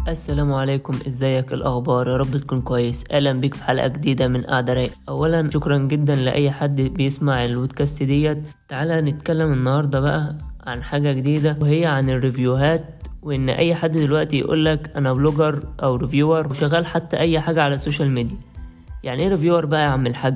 السلام عليكم، ازيك؟ الاخبار؟ يا رب تكون كويس. اهلا بيك في حلقه جديده من قعده رايقه. اولا شكرا جدا لاي حد بيسمع البودكاست ديت. تعالى نتكلم النهارده بقى عن حاجه جديده، وهي عن الريفيوهات، وان اي حد دلوقتي يقولك انا بلوجر او ريفيور وشغال حتى اي حاجه على السوشيال ميديا. يعني ايه ريفيور بقى يا عم الحاج؟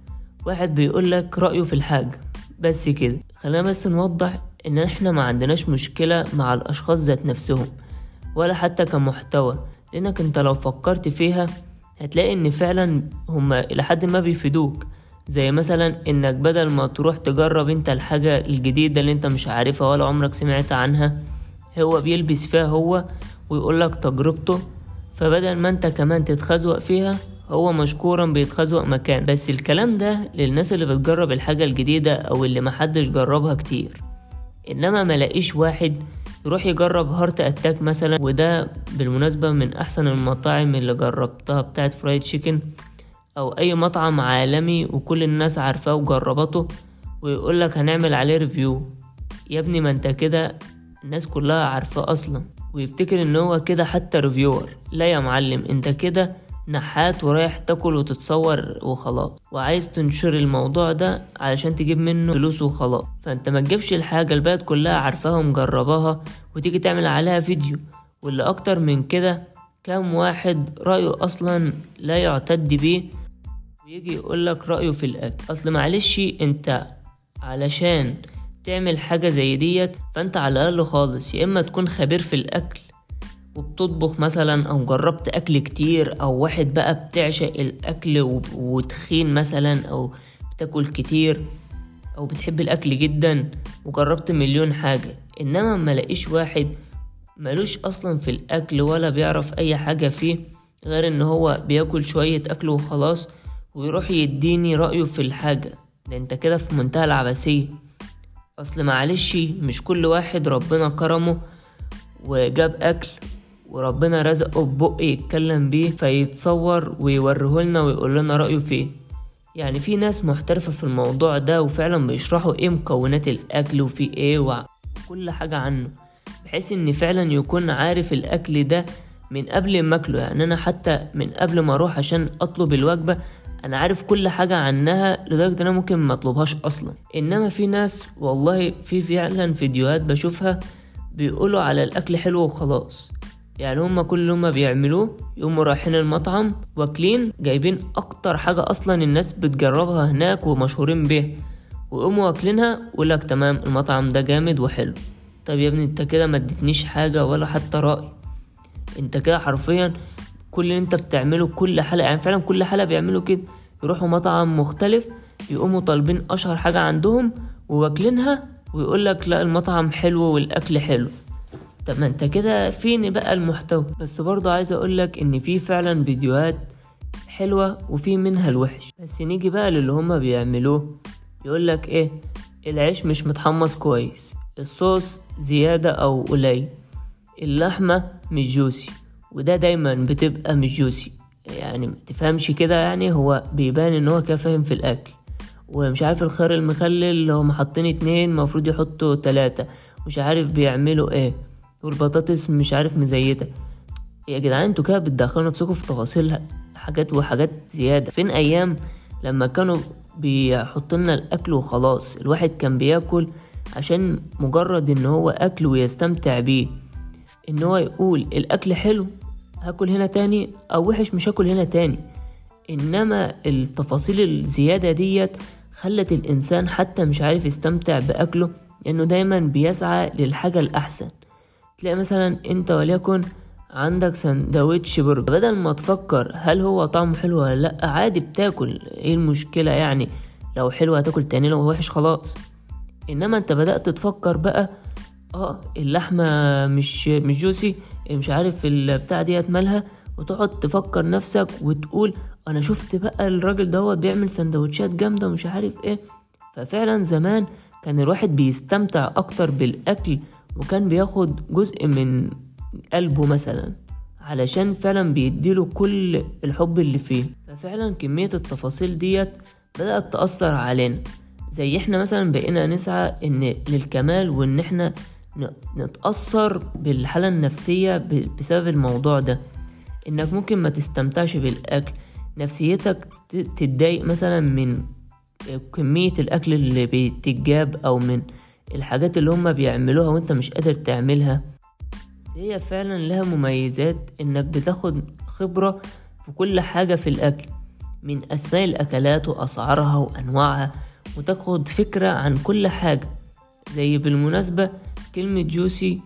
واحد بيقولك رايه في الحاجه بس كده. خلينا بس نوضح ان احنا ما عندناش مشكله مع الاشخاص ذات نفسهم ولا حتى كمحتوى، لانك انت لو فكرت فيها هتلاقي ان فعلا هما الى حد ما بيفيدوك. زي مثلا انك بدل ما تروح تجرب انت الحاجة الجديدة اللي انت مش عارفها ولا عمرك سمعت عنها، هو بيلبس فيها هو ويقولك تجربته، فبدل ما انت كمان تتخزوق فيها هو مشكورا بيتخزوق مكان. بس الكلام ده للناس اللي بتجرب الحاجة الجديدة او اللي محدش جربها كتير. انما ملاقيش واحد يروح يجرب هارت اتاك مثلا، وده بالمناسبة من احسن المطاعم اللي جربتها بتاعت فرايد شيكن، او اي مطعم عالمي وكل الناس عارفاه وجربته، ويقولك هنعمل عليه ريفيو. يا ابني ما انت كده الناس كلها عارفاه اصلا، ويفتكر ان هو كده حتى ريفيور. لا يا معلم، انت كده نحات ورايح تاكل وتتصور وخلاص، وعايز تنشر الموضوع ده علشان تجيب منه فلوس وخلاص. فانت ما تجيبش الحاجة البلد كلها عارفاها ومجرباها وتيجي تعمل عليها فيديو. واللي اكتر من كده، كام واحد رأيه اصلا لا يعتد بيه ويجي يقولك رأيه في الاكل. اصل معلش، انت علشان تعمل حاجة زي ديت فانت على الاقل خالص يا اما تكون خبير في الاكل وبتطبخ مثلا، او جربت اكل كتير، او واحد بقى بتعشق الاكل وتخين مثلا، او بتاكل كتير، او بتحب الاكل جدا وجربت مليون حاجة. انما ما لاقيش واحد ملوش اصلا في الاكل ولا بيعرف اي حاجة فيه غير ان هو بياكل شوية اكل وخلاص ويروح يديني رأيه في الحاجة. ده انت كده في منتهى العبثية. اصل معلش، مش كل واحد ربنا كرمه وجاب اكل وربنا رزقه ببق يتكلم بيه فيتصور ويوريهولنا ويقول لنا رأيه فيه. يعني في ناس محترفة في الموضوع ده وفعلا بيشرحوا ايه مكونات الاكل وفي ايه وكل حاجة عنه، بحيث ان فعلا يكون عارف الاكل ده من قبل ما اكله. يعني انا حتى من قبل ما اروح عشان اطلب الوجبة انا عارف كل حاجة عنها، لدرجة انا ممكن ما اطلبهاش اصلا. انما في ناس والله في فعلا فيديوهات بشوفها بيقولوا على الاكل حلو وخلاص. يعني هما كل اللي هما بيعملوه يقوموا رايحين المطعم واكلين، جايبين اكتر حاجة اصلا الناس بتجربها هناك ومشهورين بيها، ويقوموا واكلينها ويقولك تمام المطعم ده جامد وحلو. طب يا ابني انت كده ما اديتنيش حاجة ولا حتى رأي. انت كده حرفيا كل اللي انت بتعمله كل حلقة، يعني فعلا كل حلقة بيعملوا كده، يروحوا مطعم مختلف يقوموا طالبين اشهر حاجة عندهم وواكلينها ويقولك لا المطعم حلو والاكل حلو. طب ما انت كده فين بقى المحتوى؟ بس برضو عايز اقولك ان في فعلا فيديوهات حلوة وفي منها الوحش. بس نيجي بقى للي هما بيعملوه، يقولك ايه؟ العيش مش متحمص كويس، الصوص زيادة او قليل، اللحمة مش جوسي، وده دايما بتبقى مش جوسي. يعني متفهمش كده، يعني هو بيبان ان هو كده فاهم في الاكل. ومش عارف الخيار المخلل هم حاطين 2 مفروض يحطوا 3، مش عارف بيعملوا ايه، والبطاطس مش عارف مزيتة. يا جدعان انتوا كده بتدخلوا نفسكم في تفاصيل حاجات وحاجات زيادة. فين ايام لما كانوا بيحطوا لنا الاكل وخلاص؟ الواحد كان بياكل عشان مجرد ان هو اكل ويستمتع بيه، ان هو يقول الاكل حلو هاكل هنا تاني، او وحش مش هاكل هنا تاني. انما التفاصيل الزيادة ديت خلت الانسان حتى مش عارف يستمتع باكله، لانه دايما بيسعى للحاجة الاحسن. تلاقي مثلا انت وليكن عندك سندوتش برجر، بدل ما تفكر هل هو طعمه حلو ولا لا، عادي بتاكل، ايه المشكلة يعني؟ لو حلو هتاكل تاني، لو وحش خلاص. انما انت بدأت تفكر بقى اللحمة مش جوسي، مش عارف البتاع ديت مالها، وتقعد تفكر نفسك وتقول انا شفت بقى الراجل دوت بيعمل سندوتشات جامدة ومش عارف ايه. ففعلا زمان كان الواحد بيستمتع اكتر بالاكل، وكان بياخد جزء من قلبه مثلا علشان فعلا بيديله كل الحب اللي فيه. ففعلا كمية التفاصيل ديت بدأت تأثر علينا، زي احنا مثلا بقينا نسعى ان للكمال، وان احنا نتأثر بالحالة النفسية بسبب الموضوع ده، انك ممكن ما تستمتعش بالاكل، نفسيتك تتضايق مثلا من كمية الاكل اللي بتتجاب او من الحاجات اللي هم بيعملوها وانت مش قادر تعملها. بس هي فعلا لها مميزات، انك بتاخد خبرة في كل حاجة في الاكل، من اسماء الاكلات واسعارها وانواعها، وتاخد فكرة عن كل حاجة. زي بالمناسبة كلمة جوسي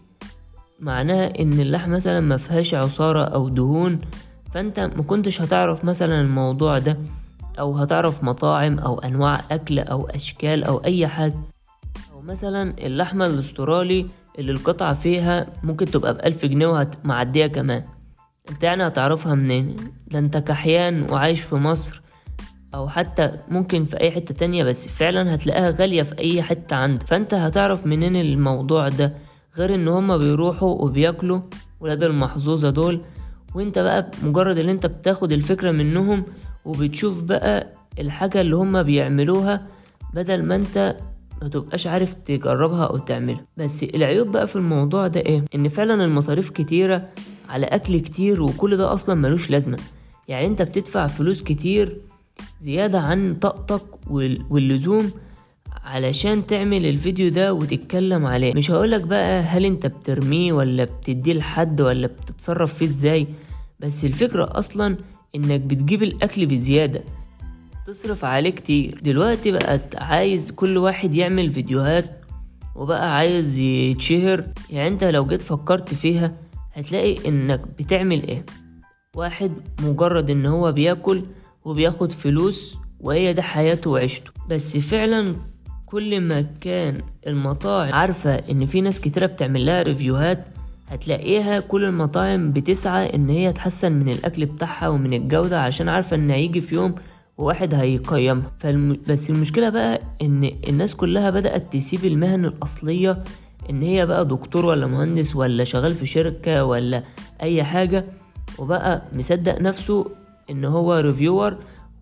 معناها ان اللحم مثلا ما فيهاش عصارة او دهون، فانت ما كنتش هتعرف مثلا الموضوع ده، او هتعرف مطاعم او انواع اكل او اشكال او اي حاجة. او مثلا اللحمة الاسترالي اللي القطعة فيها ممكن تبقى ب1000 جنيه ومعدية كمان، انت يعني هتعرفها منين؟ ده انت كحيان وعايش في مصر او حتى ممكن في اي حتة تانية، بس فعلا هتلاقيها غالية في اي حتة عندك، فانت هتعرف منين الموضوع ده؟ غير ان هما بيروحوا وبياكلوا ولاد المحظوظة دول، وانت بقى مجرد اللي انت بتاخد الفكرة منهم وبتشوف بقى الحاجة اللي هما بيعملوها، بدل ما انت ما تبقاش عارف تجربها او تعملها. بس العيوب بقى في الموضوع ده ايه؟ ان فعلا المصاريف كتيرة على اكل كتير، وكل ده اصلا ملوش لازمة. يعني انت بتدفع فلوس كتير زيادة عن طاقتك واللزوم علشان تعمل الفيديو ده وتتكلم عليه. مش هقولك بقى هل انت بترميه ولا بتديه لحد ولا بتتصرف فيه ازاي، بس الفكرة اصلا انك بتجيب الاكل بزيادة، تصرف عليه كتير. دلوقتي بقت عايز كل واحد يعمل فيديوهات وبقى عايز يتشهر. يعني انت لو جيت فكرت فيها هتلاقي انك بتعمل ايه؟ واحد مجرد ان هو بياكل وبياخد فلوس وهي ده حياته وعيشته. بس فعلا كل ما كان المطاعم عارفة ان في ناس كتيرة بتعمل لها ريفيوهات، هتلاقيها كل المطاعم بتسعى ان هي تحسن من الاكل بتاعها ومن الجودة، عشان عارفة ان هيجي في يوم وواحد هيقيمها. بس المشكلة بقى ان الناس كلها بدأت تسيب المهن الاصلية، ان هي بقى دكتور ولا مهندس ولا شغال في شركة ولا اي حاجة، وبقى مصدق نفسه ان هو ريفيور،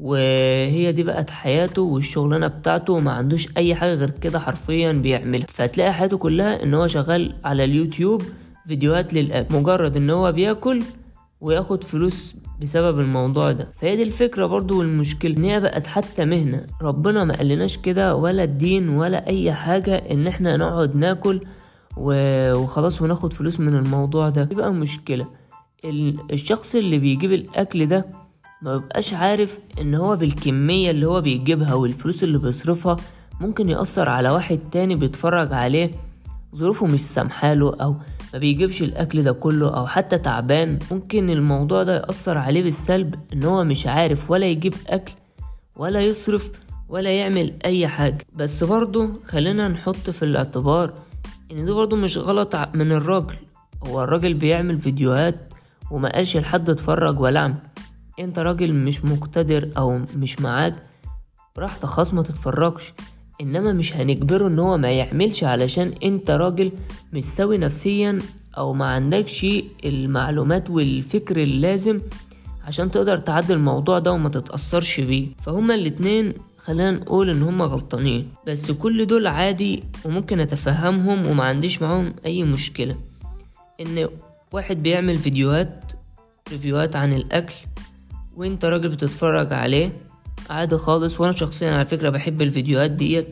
وهي دي بقت حياته والشغلانة بتاعته، وما عندوش اي حاجة غير كده حرفيا بيعملها. فتلاقي حياته كلها ان هو شغال على اليوتيوب فيديوهات للاكل، مجرد ان هو بياكل وياخد فلوس بسبب الموضوع ده. فهي دي الفكرة برضو، والمشكلة ان هي بقت حتى مهنة. ربنا ما قالناش كده ولا الدين ولا اي حاجة ان احنا نقعد ناكل وخلاص وناخد فلوس من الموضوع ده. دي بقى مشكلة. الشخص اللي بيجيب الاكل ده ما بيبقاش عارف ان هو بالكمية اللي هو بيجيبها والفلوس اللي بيصرفها ممكن يأثر على واحد تاني بيتفرج عليه، ظروفه مش سامحاله او ما بيجيبش الاكل ده كله، او حتى تعبان. ممكن الموضوع ده يأثر عليه بالسلب، ان هو مش عارف ولا يجيب اكل ولا يصرف ولا يعمل اي حاجة. بس برضو خلينا نحط في الاعتبار ان ده برضو مش غلط من الراجل. هو الراجل بيعمل فيديوهات وما قالش لحد اتفرج ولا اعمل. انت راجل مش مقتدر او مش معاك، براحتك خلاص ما تتفرجش، انما مش هنجبره ان هو ما يعملش علشان انت راجل مش سوي نفسيا او ما عندكش المعلومات والفكر اللازم عشان تقدر تعدي الموضوع ده وما تتأثرش بيه. فهما الاتنين خلينا نقول ان هما غلطانين، بس كل دول عادي وممكن اتفهمهم وما عنديش معاهم اي مشكلة. ان واحد بيعمل ريفيوهات عن الاكل وانت راجل بتتفرج عليه عادي خالص. وانا شخصيا على فكرة بحب الفيديوهات ديت،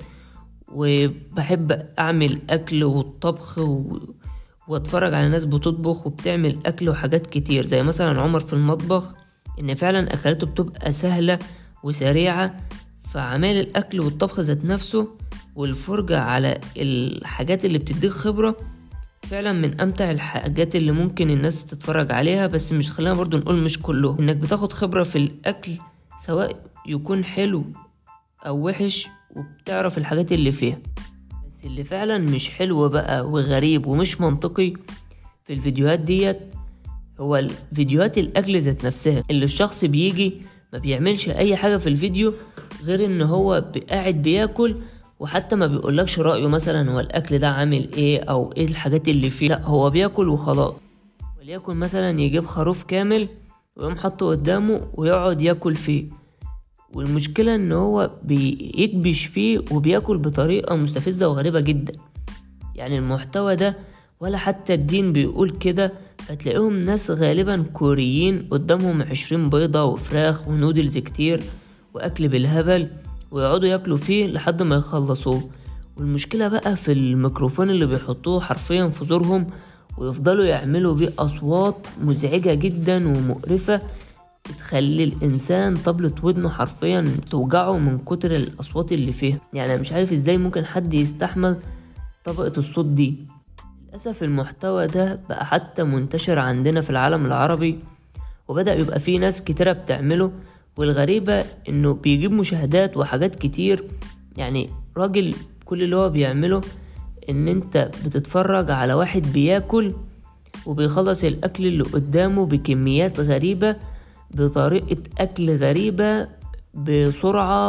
وبحب اعمل اكل والطبخ واتفرج على ناس بتطبخ وبتعمل اكل وحاجات كتير، زي مثلا عمر في المطبخ، ان فعلا اكلاته بتبقى سهلة وسريعة. فعمال الاكل والطبخ ذات نفسه والفرجة على الحاجات اللي بتديك خبرة فعلا من امتع الحاجات اللي ممكن الناس تتفرج عليها. بس مش خلينا برضو نقول مش كله، انك بتاخد خبرة في الاكل سواء يكون حلو او وحش، وبتعرف الحاجات اللي فيها. بس اللي فعلا مش حلو بقى وغريب ومش منطقي في الفيديوهات ديت هو الفيديوهات الاكل ذات نفسها، اللي الشخص بيجي ما بيعملش اي حاجة في الفيديو غير ان هو قاعد بياكل، وحتى ما بيقولكش رأيه مثلا هو الاكل ده عامل ايه او ايه الحاجات اللي فيه، لا هو بياكل وخلاص. وليكن مثلا يجيب خروف كامل ويقوم حطه قدامه ويقعد ياكل فيه، والمشكلة ان هو بيكبش فيه وبياكل بطريقة مستفزة وغريبة جدا. يعني المحتوى ده ولا حتى الدين بيقول كده. فتلاقيهم ناس غالبا كوريين قدامهم 20 بيضة وفراخ ونودلز كتير واكل بالهبل، ويقعدوا ياكلوا فيه لحد ما يخلصوه. والمشكلة بقى في الميكروفون اللي بيحطوه حرفيا في زورهم، ويفضلوا يعملوا بيه اصوات مزعجة جدا ومقرفة، بتخلي الانسان طبلة ودنه حرفيا توجعه من كتر الاصوات اللي فيها. يعني أنا مش عارف ازاي ممكن حد يستحمل طبقة الصوت دي. للأسف المحتوى ده بقى حتى منتشر عندنا في العالم العربي، وبدأ يبقى فيه ناس كتيرة بتعمله. والغريبة انه بيجيب مشاهدات وحاجات كتير. يعني راجل كل اللي هو بيعمله ان انت بتتفرج على واحد بياكل وبيخلص الاكل اللي قدامه بكميات غريبة، بطريقة اكل غريبة، بسرعة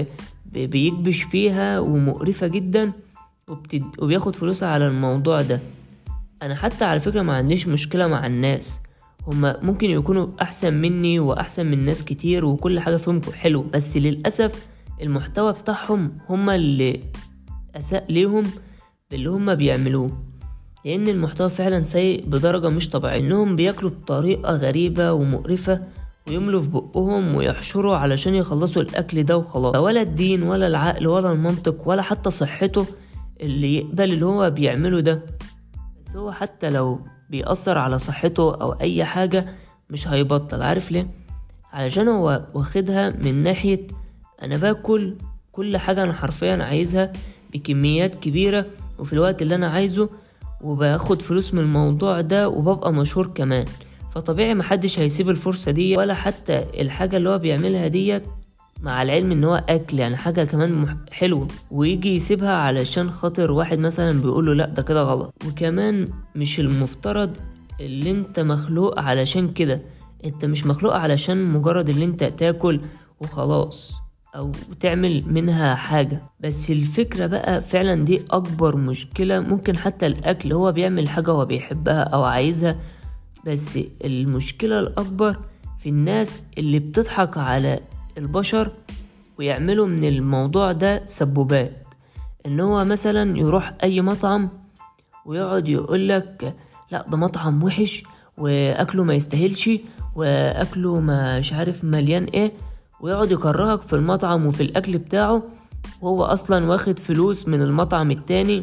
وبيكبش فيها ومقرفة جدا، وبياخد فلوس على الموضوع ده. انا حتى على فكرة ما عنديش مشكلة مع الناس، هما ممكن يكونوا احسن مني واحسن من ناس كتير وكل حاجة فيهم حلو، بس للأسف المحتوى بتاعهم هما اللي اساء ليهم باللي هما بيعملوه. لان المحتوى فعلا سيء بدرجة مش طبيعية، انهم بياكلوا بطريقة غريبة ومقرفة ويملوا في بقهم ويحشروا علشان يخلصوا الاكل ده وخلاص. ولا الدين ولا العقل ولا المنطق ولا حتى صحته اللي يقبل اللي هو بيعمله ده. بس هو حتى لو بيأثر على صحته او اي حاجة مش هيبطل. عارف ليه؟ علشان هو واخدها من ناحية انا باكل كل حاجة انا حرفيا عايزها بكميات كبيرة وفي الوقت اللي انا عايزه، وباخد فلوس من الموضوع ده وببقى مشهور كمان. فطبيعي محدش هيسيب الفرصة دي ولا حتى الحاجة اللي هو بيعملها ديت، مع العلم ان هو اكل يعني حاجة كمان حلوة، ويجي يسيبها علشان خاطر واحد مثلا بيقوله لا ده كده غلط. وكمان مش المفترض اللي انت مخلوق علشان كده. انت مش مخلوق علشان مجرد اللي انت تاكل وخلاص او تعمل منها حاجة. بس الفكرة بقى فعلا دي اكبر مشكلة. ممكن حتى الاكل هو بيعمل حاجة هو بيحبها او عايزها، بس المشكلة الاكبر في الناس اللي بتضحك على البشر ويعملوا من الموضوع ده سبوبات. ان هو مثلا يروح اي مطعم ويقعد يقولك لا ده مطعم وحش واكله ما يستاهلش واكله ما مش عارف مليان ايه، ويقعد يكرهك في المطعم وفي الاكل بتاعه، وهو اصلا واخد فلوس من المطعم التاني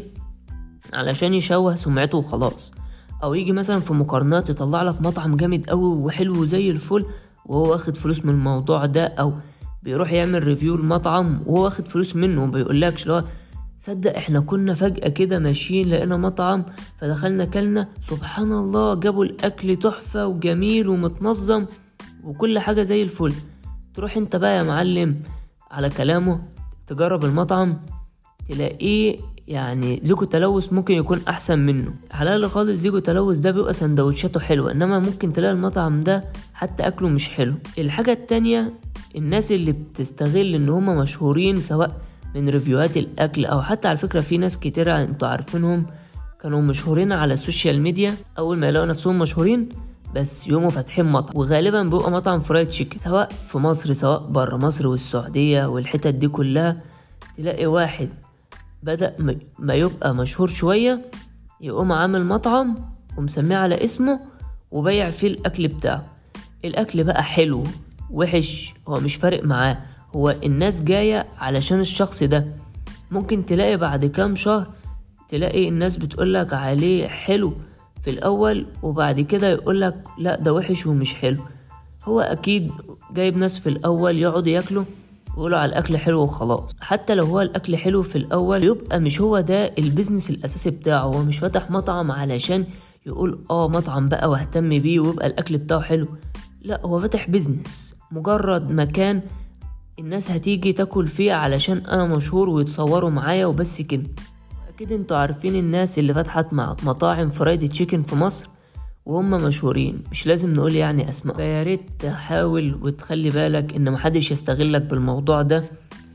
علشان يشوه سمعته وخلاص. او يجي مثلا في مقارنات يطلع لك مطعم جامد قوي وحلو زي الفل وهو واخد فلوس من الموضوع ده، او بيروح يعمل ريفيو المطعم وهو واخد فلوس منه وبيقولكش لا صدق احنا كنا فجأة كده ماشيين لقينا مطعم فدخلنا كلنا سبحان الله جابوا الاكل تحفة وجميل ومتنظم وكل حاجة زي الفل. تروح انت بقى يا معلم على كلامه تجرب المطعم تلاقيه يعني زيكو تلوث ممكن يكون احسن منه. على الاقل خالص زيكو تلوث ده بيبقى سندوتشاته حلوة، انما ممكن تلاقي المطعم ده حتى اكله مش حلو. الحاجة التانية الناس اللي بتستغل ان هما مشهورين سواء من ريفيوهات الاكل او حتى على فكرة في ناس كتيرة انتوا عارفينهم كانوا مشهورين على السوشيال ميديا، اول ما يلاقوا نفسهم مشهورين بس يوموا فاتحين مطعم، وغالبا بيبقى مطعم فرايد تشيكن سواء في مصر سواء بره مصر والسعودية والحتت دي كلها. تلاقي واحد بدأ ما يبقى مشهور شوية يقوم عامل مطعم ومسميه على اسمه وبيع فيه الاكل بتاعه. الاكل بقى حلو وحش هو مش فارق معاه، هو الناس جاية علشان الشخص ده. ممكن تلاقي بعد كام شهر تلاقي الناس بتقولك عليه حلو في الاول وبعد كده يقولك لا ده وحش ومش حلو. هو اكيد جايب ناس في الاول يقعدوا ياكلوا ويقولوا على الاكل حلو وخلاص. حتى لو هو الاكل حلو في الاول يبقى مش هو ده البيزنس الاساسي بتاعه. هو مش فاتح مطعم علشان يقول مطعم بقى واهتم بيه ويبقى الاكل بتاعه حلو، لا هو فاتح بيزنس مجرد مكان الناس هتيجي تاكل فيه علشان انا مشهور ويتصوروا معايا وبس كده. اكيد انتوا عارفين الناس اللي فتحت مع مطاعم فرايد تشيكن في مصر وهم مشهورين، مش لازم نقول يعني اسماء. فيا ريت تحاول وتخلي بالك ان محدش يستغلك بالموضوع ده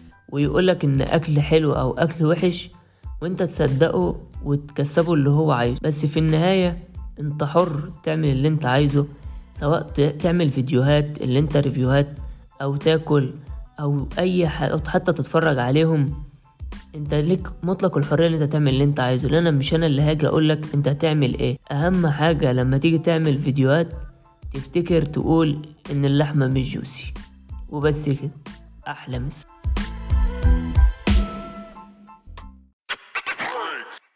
ويقولك ان اكل حلو او اكل وحش وانت تصدقه وتكسبه اللي هو عايزه. بس في النهاية انت حر تعمل اللي انت عايزه، سواء تعمل فيديوهات اللي انت ريفيوهات او تاكل او اي حاجة او حتى تتفرج عليهم. انت ليك مطلق الحرية ان انت تعمل اللي انت عايزه، لان مش انا اللي هاجي اقولك انت هتعمل ايه. اهم حاجة لما تيجي تعمل فيديوهات تفتكر تقول ان اللحمة مش جوسي وبس كده. احلى مسا.